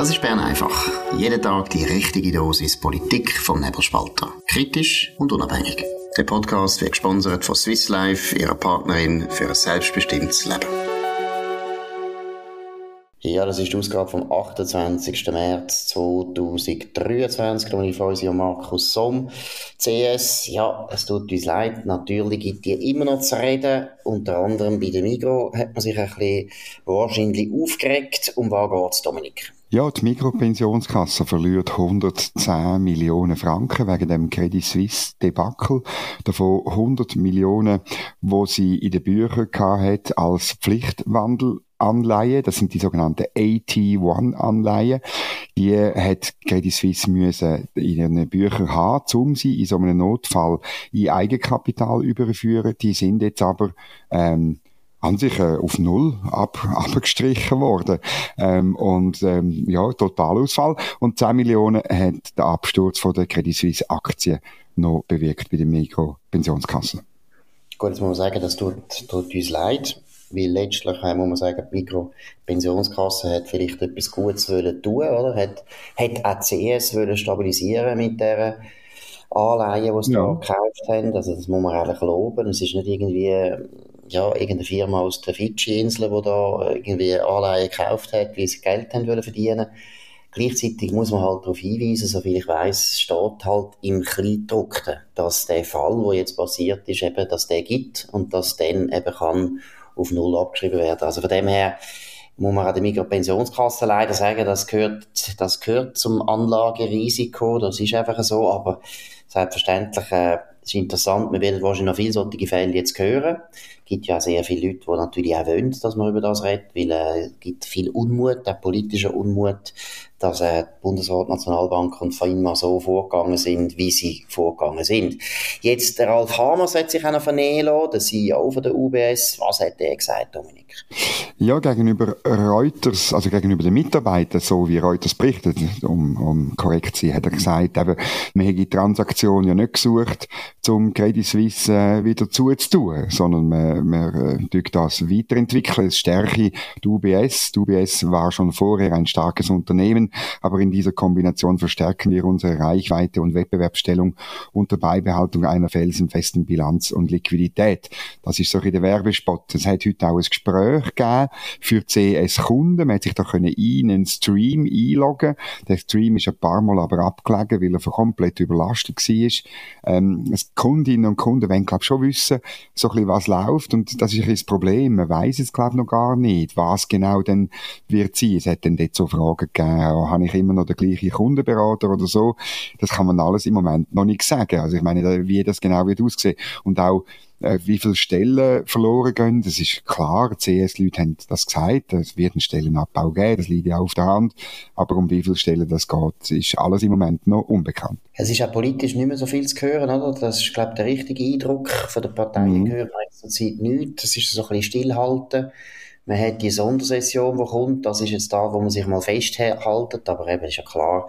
Das ist Bern einfach. Jeden Tag die richtige Dosis Politik vom Nebelspalter. Kritisch und unabhängig. Der Podcast wird gesponsert von Swiss Life, ihrer Partnerin für ein selbstbestimmtes Leben. Ja, das ist die Ausgabe vom 28. März 2023. Und ich freue mich Markus Somm. CS, ja, es tut uns leid. Natürlich gibt die immer noch zu reden. Unter anderem bei der Migros hat man sich ein bisschen wahrscheinlich aufgeregt. Um was geht's, Dominik? Ja, die Migros-Pensionskasse verliert 110 Millionen Franken wegen dem Credit Suisse-Debakel. Davon 100 Millionen, wo sie in den Büchern hatte als Pflichtwandelanleihen. Das sind die sogenannten AT1-Anleihen. Die hat Credit Suisse müssen in ihren Büchern haben, um sie in so einem Notfall in Eigenkapital überführen. Die sind jetzt aber, an sich auf Null abgestrichen worden. Ja, Totalausfall. Und 10 Millionen hat der Absturz von der Credit Suisse Aktien noch bewirkt bei der Migros-Pensionskasse. Gut, jetzt muss man sagen, das tut uns leid, weil letztlich muss man sagen, die Migros-Pensionskasse hat vielleicht etwas Gutes wollen tun, oder? Hat auch CS wollen stabilisieren mit dieser Anleihen, die sie da gekauft haben. Also das muss man eigentlich loben. Es ist nicht irgendwie irgendeine Firma aus der Fidschi-Insel, die da irgendwie Anleihen gekauft hat, weil sie Geld haben wollen verdienen. Gleichzeitig muss man halt darauf hinweisen, soviel ich weiss, steht halt im Kleingedruckten, dass der Fall, der jetzt passiert ist, eben, dass der gibt und dass dann eben kann auf Null abgeschrieben werden. Also von dem her muss man an der Migros-Pensionskasse leider sagen, das gehört zum Anlagerisiko, das ist einfach so, aber selbstverständlich ist interessant, wir werden wahrscheinlich noch viele solche Fälle jetzt hören. Es gibt ja auch sehr viele Leute, die natürlich auch wollen, dass man über das redet, weil es gibt viel Unmut, auch politischer Unmut, dass die Bundesrat, Nationalbank und FINMA so vorgegangen sind, wie sie vorgegangen sind. Jetzt, der Ralf Hamers hat sich auch noch vernehmen lassen, der CEO von der UBS. Was hat der gesagt, Dominik? Ja, gegenüber Reuters, also gegenüber den Mitarbeitern, so wie Reuters berichtet, um korrekt zu sein, hat er gesagt, eben, man hätte die Transaktion ja nicht gesucht, um Credit Suisse wieder zuzutun, sondern man tut das weiterentwickeln, es stärke die UBS. Die UBS war schon vorher ein starkes Unternehmen, aber in dieser Kombination verstärken wir unsere Reichweite und Wettbewerbsstellung unter Beibehaltung einer felsenfesten Bilanz und Liquidität. Das ist so ein der Werbespot. Es hat heute auch ein Gespräch gegeben für CS-Kunden. Man hat sich da in einen Stream einloggen. Der Stream ist ein paar Mal aber abgelegen, weil er komplett überlastet war. Kundinnen und Kunden wollen, glaube ich, schon wissen, so ein bisschen, was läuft. Und das ist ein bisschen das Problem. Man weiss jetzt, glaube ich, noch gar nicht, was genau denn wird sein. Es hat dann dort so Fragen gegeben, habe ich immer noch den gleichen Kundenberater oder so. Das kann man alles im Moment noch nicht sagen. Also ich meine, wie das genau wird aussehen. Und auch, wie viele Stellen verloren gehen, das ist klar, die CS-Leute haben das gesagt, es wird einen Stellenabbau geben, das liegt ja auf der Hand, aber um wie viele Stellen das geht, ist alles im Moment noch unbekannt. Es ist auch politisch nicht mehr so viel zu hören, oder? Das ist, glaube ich, der richtige Eindruck von der Partei. Ich höre zur Zeit nichts, das ist so ein bisschen stillhalten. Man hat die Sondersession, die kommt, das ist jetzt da, wo man sich mal festhaltet, aber eben ist ja klar,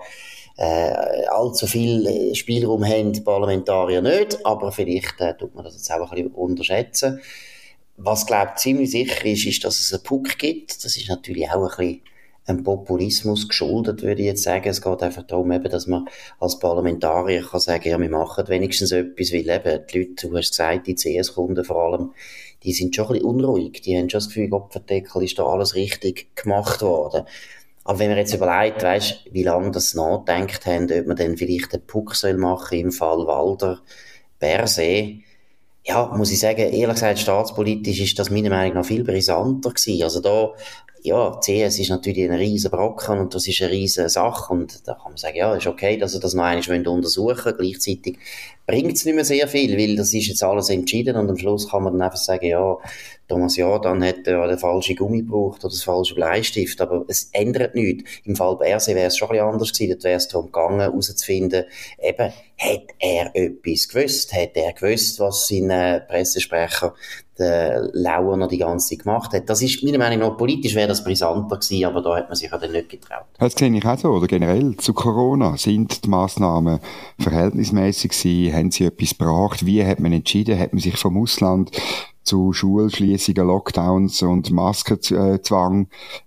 allzu viel Spielraum haben die Parlamentarier nicht, aber vielleicht tut man das jetzt auch ein bisschen unterschätzen. Was, glaube ich, ziemlich sicher ist, dass es einen Puck gibt. Das ist natürlich auch ein bisschen ein Populismus geschuldet, würde ich jetzt sagen. Es geht einfach darum, eben, dass man als Parlamentarier kann sagen, ja, wir machen wenigstens etwas, weil eben die Leute, du hast gesagt, die CS-Kunden vor allem, die sind schon ein bisschen unruhig. Die haben schon das Gefühl, Gottverdeckel, ist da alles richtig gemacht worden. Aber wenn man jetzt überlegt, weisst, wie lange das nachgedacht haben, ob man dann vielleicht einen Puck machen soll im Fall Walder, Berset, ja, muss ich sagen, ehrlich gesagt, staatspolitisch ist das meiner Meinung nach viel brisanter gewesen. Also da, ja, CS ist natürlich ein riesen Brocken und das ist eine riesen Sache und da kann man sagen, ja, ist okay, dass sie das noch einmal untersuchen wollen. Gleichzeitig bringt es nicht mehr sehr viel, weil das ist jetzt alles entschieden und am Schluss kann man dann einfach sagen, ja, Thomas Jordan hat den falschen Gummi gebraucht oder das falsche Bleistift, aber es ändert nichts. Im Fall Berset wäre es schon ein bisschen anders gewesen, dort wäre es darum gegangen, herauszufinden, eben, hat er etwas gewusst? Hat er gewusst, was sein Pressesprecher, der Lauer, noch die ganze Zeit gemacht hat? Das ist, meiner Meinung nach, politisch wäre das brisanter gewesen, aber da hat man sich ja dann nicht getraut. Das sehe ich auch so, oder generell zu Corona. Sind die Massnahmen verhältnismäßig gewesen? Haben sie etwas gebracht? Wie hat man entschieden? Hat man sich vom Ausland zu Schulschliessungen, Lockdowns und Maskenzwang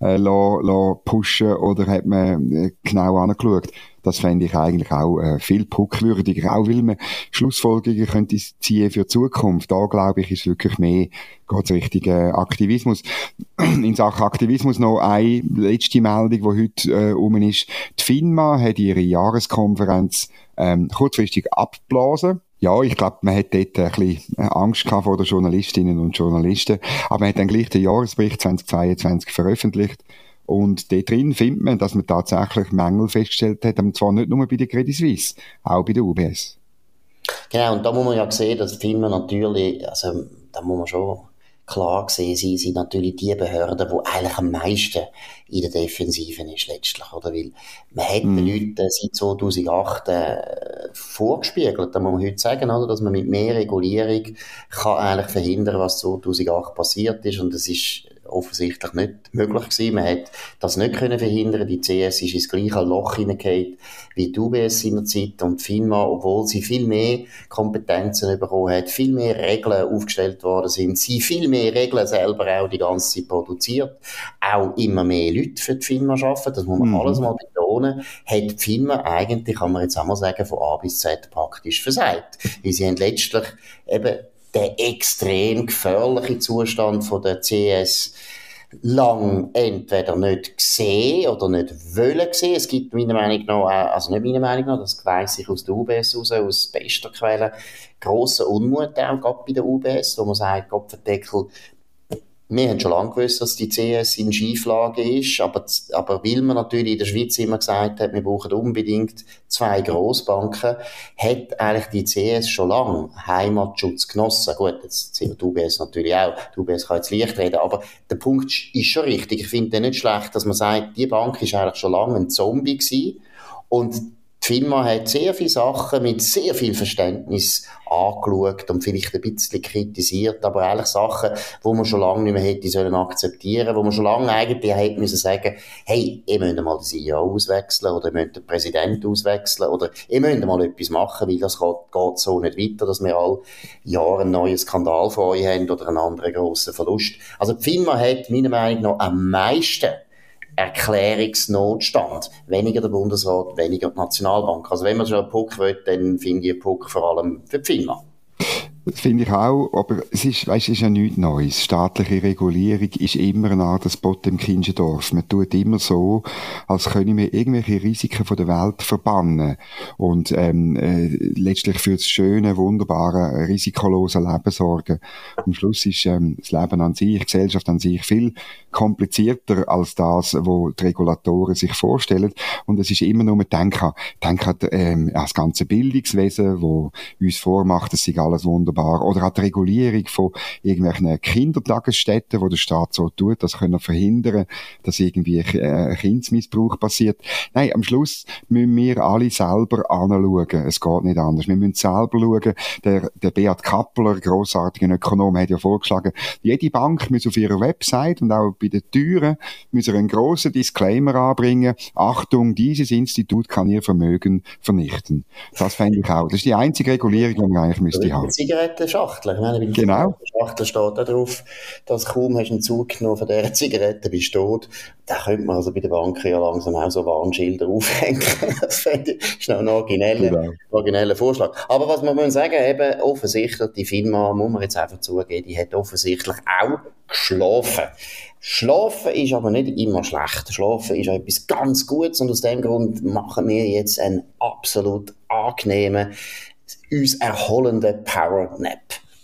pushen, oder hat man genau angeschaut? Das fände ich eigentlich auch viel puckwürdiger, auch weil man Schlussfolgerungen könnte ziehen für die Zukunft. Da, glaube ich, ist wirklich mehr geht's Richtung Aktivismus. In Sachen Aktivismus noch eine letzte Meldung, die heute rum ist. Die FINMA hat ihre Jahreskonferenz kurzfristig abgeblasen. Ja, ich glaube, man hat dort ein bisschen Angst gehabt vor den Journalistinnen und Journalisten, aber man hat dann gleich den Jahresbericht 2022 veröffentlicht. Und dort drin findet man, dass man tatsächlich Mängel festgestellt hat, und zwar nicht nur bei der Credit Suisse, auch bei der UBS. Genau, und da muss man ja sehen, dass die Firmen natürlich, also da muss man schon klar sehen, sie sind natürlich die Behörde, die eigentlich am meisten in der Defensive ist letztlich, oder? Weil man hat den Leuten seit 2008 vorgespiegelt, da muss man heute sagen, oder, dass man mit mehr Regulierung kann eigentlich verhindern, was 2008 passiert ist, und das ist offensichtlich nicht möglich gewesen. Man hat das nicht können verhindern. Die CS ist ins gleiche Loch hineingefallen wie die UBS in der Zeit, und die FINMA, obwohl sie viel mehr Kompetenzen bekommen hat, viel mehr Regeln aufgestellt worden sind, sie viel mehr Regeln selber auch die ganze Zeit produziert, auch immer mehr Leute für die FINMA arbeiten, das muss man alles mal betonen, hat die FINMA eigentlich, kann man jetzt auch mal sagen, von A bis Z praktisch versagt. Weil sie haben letztlich eben der extrem gefährliche Zustand von der CS lang entweder nicht gesehen oder nicht wollen sehen. Es gibt meiner Meinung nach, also nicht meiner Meinung nach, das weiss ich aus der UBS raus, aus bester Quelle, grossen Unmut auch gerade bei der UBS, wo man sagt, Kopfendeckel, wir haben schon lange gewusst, dass die CS in Schieflage ist, aber weil man natürlich in der Schweiz immer gesagt hat, wir brauchen unbedingt 2 Grossbanken, hat eigentlich die CS schon lange Heimatschutz genossen. Gut, jetzt sind die UBS natürlich auch, die UBS kann jetzt leicht reden, aber der Punkt ist schon richtig. Ich finde es nicht schlecht, dass man sagt, die Bank ist eigentlich schon lange ein Zombie gewesen, und die FINMA hat sehr viele Sachen mit sehr viel Verständnis angeschaut und vielleicht ein bisschen kritisiert, aber eigentlich Sachen, wo man schon lange nicht mehr hätte sollen akzeptieren, wo man schon lange eigentlich hätte müssen sagen, hey, ihr müsst mal den CEO auswechseln oder ihr müsst den Präsidenten auswechseln oder ihr müsst mal etwas machen, weil das geht so nicht weiter, dass wir alle Jahre einen neuen Skandal vor euch haben oder einen anderen grossen Verlust. Also die FINMA hat meiner Meinung nach am meisten Erklärungsnotstand. Weniger der Bundesrat, weniger die Nationalbank. Also wenn man schon einen Puck will, dann finde ich einen Puck vor allem für die FINMA. Das finde ich auch, aber es ist ja nichts Neues. Staatliche Regulierung ist immer eine Art Spot im Kinderdorf. Man tut immer so, als könne man irgendwelche Risiken von der Welt verbannen und letztlich für das schöne, wunderbare, risikolose Leben sorgen. Am Schluss ist das Leben an sich, die Gesellschaft an sich viel komplizierter als das, wo die Regulatoren sich vorstellen. Und es ist immer nur, denk an das ganze Bildungswesen, wo uns vormacht, es sei alles wunderbar. Oder auch die Regulierung von irgendwelchen Kindertagesstätten, wo der Staat so tut, das können verhindern, dass irgendwie Kindesmissbrauch passiert. Nein, am Schluss müssen wir alle selber anschauen. Es geht nicht anders. Wir müssen selber schauen. Der Beat Kappeler, grossartiger Ökonom, hat ja vorgeschlagen, jede Bank muss auf ihrer Website und auch bei den Türen muss einen grossen Disclaimer anbringen. Achtung, dieses Institut kann ihr Vermögen vernichten. Das fände ich auch. Das ist die einzige Regulierung, die man eigentlich müsste haben. Zigarettenschachtel. Ich meine, bei der Zigarettenschachtel steht auch drauf, dass kaum hast du einen Zug genommen von dieser Zigarette, bist du tot. Da könnte man also bei den Banken ja langsam auch so Warnschilder aufhängen. Das fände ich, ist noch ein origineller Vorschlag. Aber was man muss sagen, eben offensichtlich, die FINMA, muss man jetzt einfach zugeben, die hat offensichtlich auch geschlafen. Schlafen ist aber nicht immer schlecht. Schlafen ist etwas ganz Gutes, und aus dem Grund machen wir jetzt einen absolut angenehmen, uns erholenden Powernap.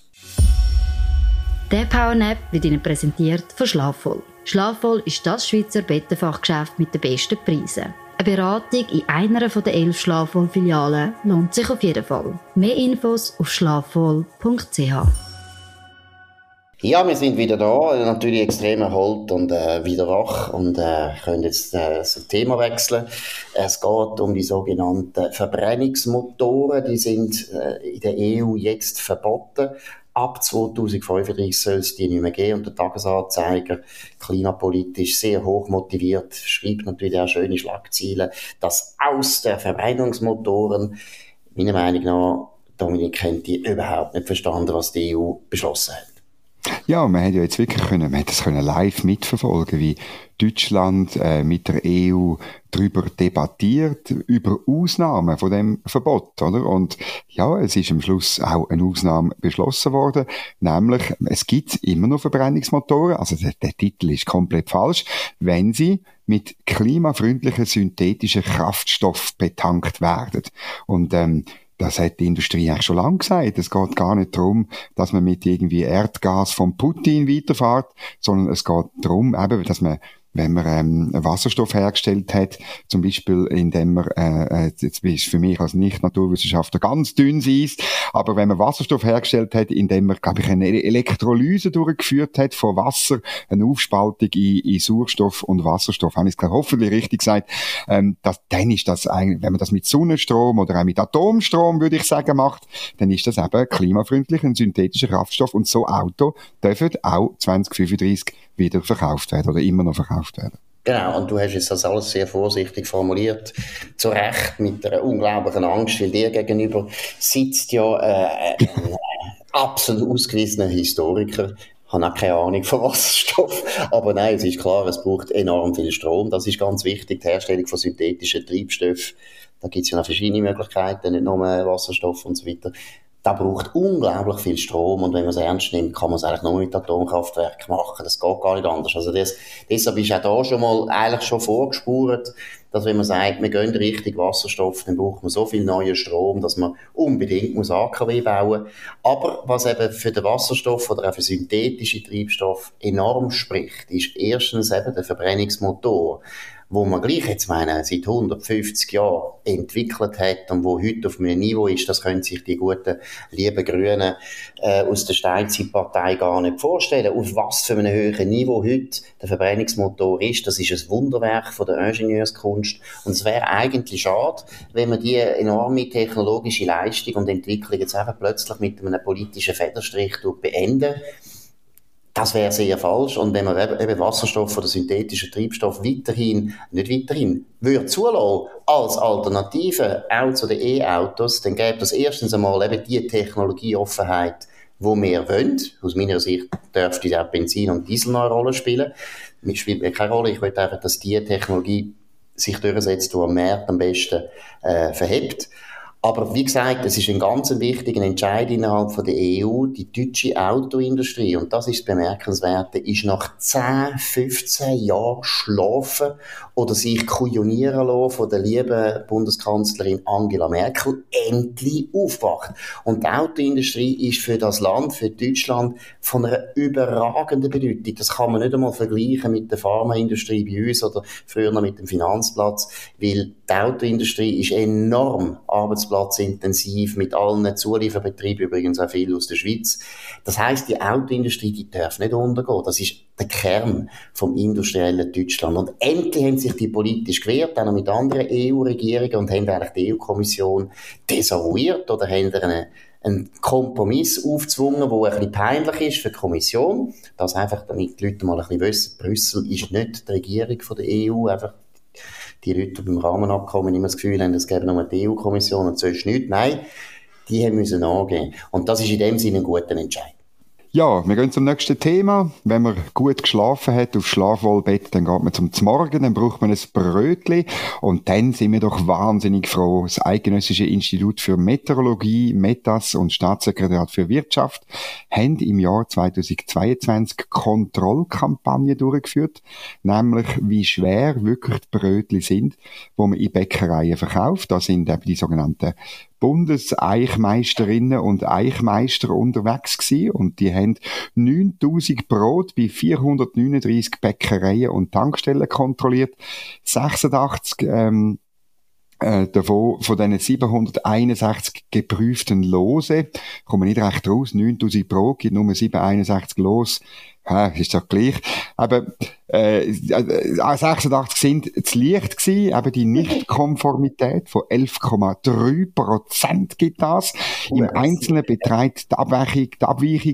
Der Powernap wird Ihnen präsentiert von Schlafvoll. Schlafvoll ist das Schweizer Bettenfachgeschäft mit den besten Preisen. Eine Beratung in einer der 11 Schlafvoll-Filialen lohnt sich auf jeden Fall. Mehr Infos auf schlafvoll.ch. Ja, wir sind wieder da, natürlich extrem erholt und wieder wach, und können jetzt das Thema wechseln. Es geht um die sogenannten Verbrennungsmotoren, die sind in der EU jetzt verboten. Ab 2035 soll es die nicht mehr geben, und der Tagesanzeiger, klimapolitisch sehr hoch motiviert, schreibt natürlich auch schöne Schlagzeilen, dass aus der Verbrennungsmotoren, meiner Meinung nach, Dominik, kennt die überhaupt nicht verstanden, was die EU beschlossen hat. Ja, man hat ja jetzt wirklich man hat das live mitverfolgen, wie Deutschland mit der EU darüber debattiert, über Ausnahmen von dem Verbot, oder? Und ja, es ist am Schluss auch eine Ausnahme beschlossen worden, nämlich es gibt immer noch Verbrennungsmotoren, also der Titel ist komplett falsch, wenn sie mit klimafreundlichen synthetischen Kraftstoffen betankt werden. Und das hat die Industrie eigentlich schon lange gesagt. Es geht gar nicht darum, dass man mit irgendwie Erdgas von Putin weiterfährt, sondern es geht darum, eben, dass man, wenn man Wasserstoff hergestellt hat, zum Beispiel indem man, jetzt ist für mich als Nicht-Naturwissenschaftler ganz dünnes Eis, aber wenn man Wasserstoff hergestellt hat, indem man, glaube ich, eine Elektrolyse durchgeführt hat von Wasser, eine Aufspaltung in Sauerstoff und Wasserstoff, habe ich es, glaube ich, hoffentlich richtig gesagt, dann ist das eigentlich, wenn man das mit Sonnenstrom oder auch mit Atomstrom, würde ich sagen, macht, dann ist das eben klimafreundlich, ein synthetischer Kraftstoff, und so Auto dürfen auch 2035 wieder verkauft werden oder immer noch verkauft werden. Genau, und du hast jetzt das alles sehr vorsichtig formuliert, zu Recht, mit einer unglaublichen Angst, weil dir gegenüber sitzt ja ein absolut ausgewiesener Historiker. Ich habe auch keine Ahnung von Wasserstoff, aber nein, es ist klar, es braucht enorm viel Strom, das ist ganz wichtig, die Herstellung von synthetischen Treibstoffen, da gibt es ja noch verschiedene Möglichkeiten, nicht nur Wasserstoff und so weiter. Da braucht unglaublich viel Strom, und wenn man es ernst nimmt, kann man es eigentlich nur mit Atomkraftwerken machen. Das geht gar nicht anders. Also deshalb ist auch da schon mal eigentlich schon vorgespurt, dass wenn man sagt, wir gehen Richtung Wasserstoff, dann braucht man so viel neuen Strom, dass man unbedingt muss AKW bauen muss. Aber was eben für den Wasserstoff oder auch für synthetische Treibstoff enorm spricht, ist erstens eben der Verbrennungsmotor, wo man gleich jetzt meine, seit 150 Jahren entwickelt hat und wo heute auf einem Niveau ist, das können sich die guten, lieben Grünen aus der Steinzeitpartei gar nicht vorstellen. Auf was für einem höheren Niveau heute der Verbrennungsmotor ist, das ist ein Wunderwerk von der Ingenieurskunst. Und es wäre eigentlich schade, wenn man die enorme technologische Leistung und Entwicklung jetzt einfach plötzlich mit einem politischen Federstrich beenden. Das wäre sehr falsch. Und wenn man eben Wasserstoff oder synthetischen Treibstoff würde zulassen als Alternative auch zu den E-Autos, dann gäbe das erstens einmal eben die Technologieoffenheit, die wir wollen. Aus meiner Sicht dürfte auch Benzin und Diesel noch eine Rolle spielen. Das spielt mir keine Rolle. Ich will einfach, dass die Technologie sich durchsetzt, die am Markt am besten verhebt. Aber wie gesagt, es ist ein ganz wichtiger Entscheid innerhalb von der EU. Die deutsche Autoindustrie, und das ist das Bemerkenswerte, ist nach 10, 15 Jahren geschlafen oder sich kujonieren lassen von der lieben Bundeskanzlerin Angela Merkel endlich aufgewacht. Und die Autoindustrie ist für das Land, für Deutschland, von einer überragenden Bedeutung. Das kann man nicht einmal vergleichen mit der Pharmaindustrie bei uns oder früher noch mit dem Finanzplatz, weil die Autoindustrie ist enorm arbeitsplatzintensiv, mit allen Zulieferbetrieben, übrigens auch viel aus der Schweiz. Das heisst, die Autoindustrie, die darf nicht untergehen. Das ist der Kern vom industriellen Deutschland. Und endlich haben sich die politisch gewehrt, auch noch mit anderen EU-Regierungen, und haben eigentlich die EU-Kommission desavouiert oder haben einen Kompromiss aufgezwungen, der ein bisschen peinlich ist für die Kommission. Das einfach, damit die Leute mal ein bisschen wissen, Brüssel ist nicht die Regierung von der EU, einfach die Leute beim Rahmenabkommen immer das Gefühl haben, es gäbe noch die EU-Kommission und sonst nichts. Nein, die müssen angehen. Und das ist in dem Sinne ein guter Entscheid. Ja, wir gehen zum nächsten Thema. Wenn man gut geschlafen hat auf Schlafwohlbett, dann geht man zum Morgen, dann braucht man ein Brötli, und dann sind wir doch wahnsinnig froh. Das Eidgenössische Institut für Meteorologie, METAS, und Staatssekretariat für Wirtschaft haben im Jahr 2022 Kontrollkampagne durchgeführt, nämlich wie schwer wirklich die Brötli sind, die man in Bäckereien verkauft. Da sind eben die sogenannten Bundeseichmeisterinnen und Eichmeister unterwegs gewesen, und die haben 9000 Brot bei 439 Bäckereien und Tankstellen kontrolliert. 86 davon, von diesen 761 geprüften Lose, kommen nicht recht raus, 9000 Brot, gibt nur 761 Los. Ist doch gleich. Aber 86 sind zu leicht gewesen, eben die Nichtkonformität von 11,3% gibt das. Im Einzelnen beträgt die Abweichung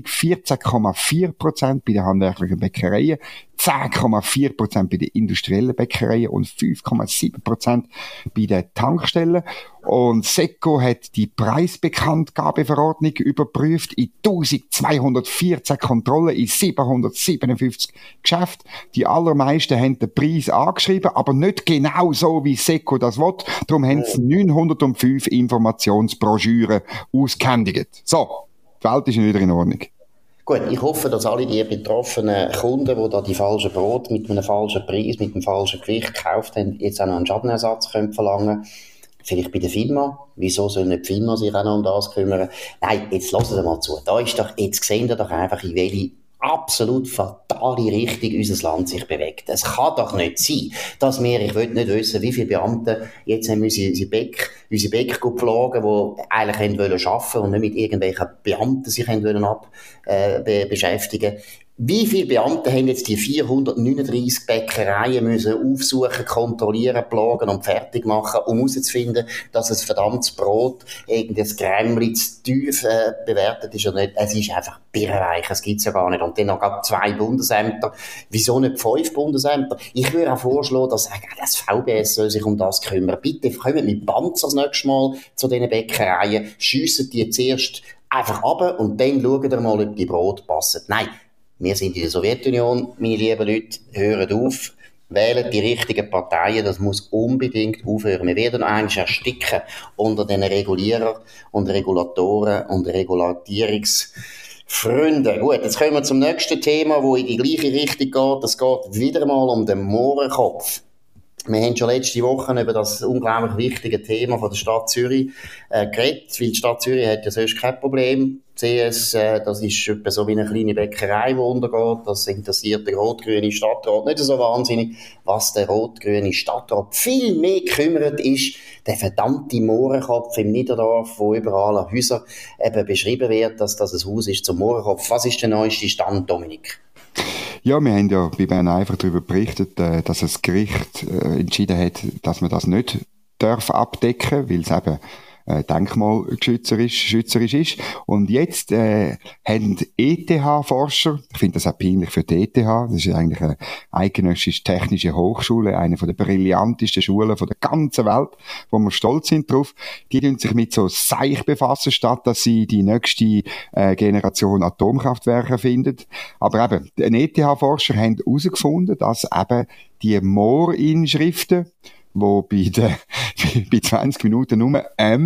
14,4% bei den handwerklichen Bäckereien, 10,4% bei den industriellen Bäckereien und 5,7% bei den Tankstellen. Und SECO hat die Preisbekanntgabeverordnung überprüft in 1214 Kontrollen in 757 Geschäften. Die allermeisten haben den Preis angeschrieben, aber nicht genau so, wie SECO das will. Darum haben sie 905 Informationsbroschüren ausgehändigt. So, die Welt ist wieder in Ordnung. Gut, ich hoffe, dass alle die betroffenen Kunden, die da die falschen Brot mit einem falschen Preis, mit einem falschen Gewicht gekauft haben, jetzt auch noch einen Schadenersatz können verlangen. Vielleicht bei der FINMA. Wieso soll nicht die FINMA sich auch noch um das kümmern? Nein, jetzt lasst ihr mal zu. Jetzt sehen wir doch einfach, in welche absolut fatale Richtung unser Land sich bewegt. Es kann doch nicht sein, dass wir, ich will nicht wissen, wie viele Beamte jetzt haben unsere Bäck geflogen, die eigentlich arbeiten wollten und nicht mit irgendwelchen Beamten sich beschäftigen. Wie viele Beamte haben jetzt die 439 Bäckereien müssen aufsuchen, kontrollieren, plagen und fertig machen, um herauszufinden, dass ein verdammtes Brot, irgendein Grämmli zu tief bewertet ist oder nicht. Es ist einfach birrenweich, es gibt's ja gar nicht. Und dann noch 2 Bundesämter. Wieso nicht 5 Bundesämter? Ich würde auch vorschlagen, dass das VBS soll sich um das kümmern. Bitte kommt mit Panzer das nächste Mal zu diesen Bäckereien, schiessen die zuerst einfach runter und dann schauen wir mal, ob die Brot passen. Nein. Wir sind in der Sowjetunion, meine lieben Leute, hören auf, wählen die richtigen Parteien, das muss unbedingt aufhören. Wir werden eigentlich ersticken unter den Regulierern und Regulatoren und Regulatierungsfreunden. Gut, jetzt kommen wir zum nächsten Thema, wo in die gleiche Richtung geht. Es geht wieder mal um den Mohrenkopf. Wir haben schon letzte Woche über das unglaublich wichtige Thema von der Stadt Zürich geredet, weil die Stadt Zürich hat ja sonst kein Problem. CS, das ist etwa so wie eine kleine Bäckerei, die untergeht. Das interessiert den rot-grünen Stadtrat nicht so wahnsinnig. Was der rot-grüne Stadtrat viel mehr kümmert, ist der verdammte Mohrenkopf im Niederdorf, wo überall an Häusern eben beschrieben wird, dass das ein Haus ist zum Mohrenkopf. Was ist der neueste Stand, Dominik? Ja, wir haben ja bei Bern einfach darüber berichtet, dass das Gericht entschieden hat, dass man das nicht abdecken darf, weil es eben denkmalschützerisch ist. Und jetzt haben ETH-Forscher, ich finde das auch peinlich für die ETH, das ist eigentlich eine eidgenössische technische Hochschule, eine der brillantesten Schulen der ganzen Welt, wo wir stolz sind drauf, die tun sich mit so Seich befassen, statt dass sie die nächste Generation Atomkraftwerke findet. Aber eben, die ETH-Forscher haben herausgefunden, dass eben die Mohrinschriften, wo bei 20 Minuten nur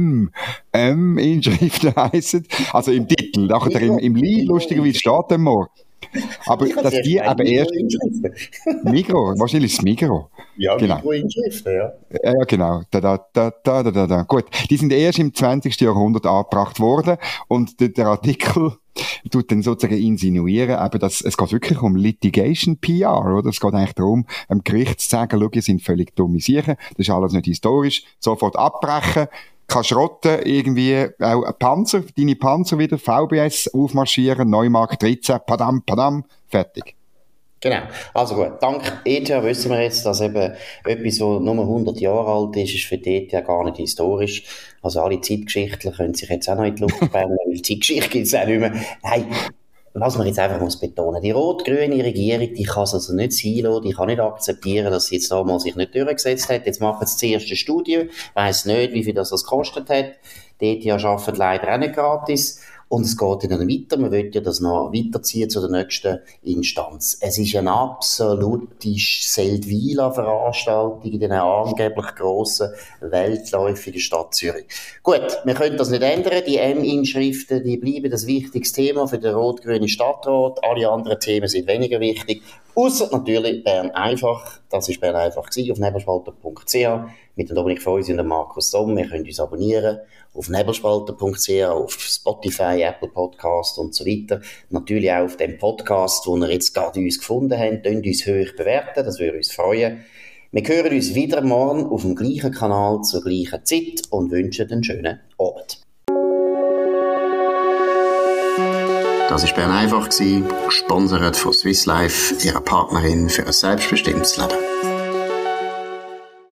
Inschriften heissen. Also im Titel. Nachher im Lied, lustigerweise, steht der Moor. Aber dass die eben erst... Migros, wahrscheinlich das Migros. Ja, genau. Migros-Inschriften, ja. Ja, genau. Gut, die sind erst im 20. Jahrhundert angebracht worden und der Artikel tut dann sozusagen insinuieren, eben, dass es geht wirklich um Litigation PR, oder? Es geht eigentlich darum, dem Gericht zu sagen, schau, ihr seid völlig dumme Sachen, das ist alles nicht historisch, sofort abbrechen, kann schrotten, irgendwie auch Panzer, deine Panzer wieder, VBS aufmarschieren, Neumarkt 13, padam, fertig. Genau. Also gut, dank ETH wissen wir jetzt, dass eben etwas, was nur 100 Jahre alt ist, ist für die ETH gar nicht historisch. Also alle Zeitgeschichtler können sich jetzt auch noch in die Luft bringen, weil die Zeitgeschichte gibt es auch nicht mehr. Nein, was man jetzt einfach muss betonen, die rot-grüne Regierung, die kann es also nicht sein lassen, die kann nicht akzeptieren, dass sie jetzt damals sich nicht durchgesetzt hat. Jetzt machen sie die erste Studie, weiss nicht, wie viel das gekostet hat. Die ETH arbeitet leider auch nicht gratis. Und es geht dann weiter, man will ja das noch weiterziehen zu der nächsten Instanz. Es ist eine absolute Seldwyla-Veranstaltung in den angeblich grossen, weltläufigen Stadt Zürich. Gut, wir können das nicht ändern, die M-Inschriften, die bleiben das wichtiges Thema für den rot-grünen Stadtrat, alle anderen Themen sind weniger wichtig, ausser natürlich Bern einfach, das war Bern einfach auf nebelspalter.ch mit dem Dominik Feusi und dem Markus Somm, wir können uns abonnieren auf nebelspalter.ch, auf Spotify, Apple Podcast und so weiter. Natürlich auch auf dem Podcast, wo ihr jetzt gerade uns gefunden habt. Könnt uns hoch bewerten, das würde uns freuen. Wir hören uns wieder morgen auf dem gleichen Kanal zur gleichen Zeit und wünschen einen schönen Abend. Das war Bern einfach, gesponsert von Swiss Life, ihrer Partnerin für ein selbstbestimmtes Leben.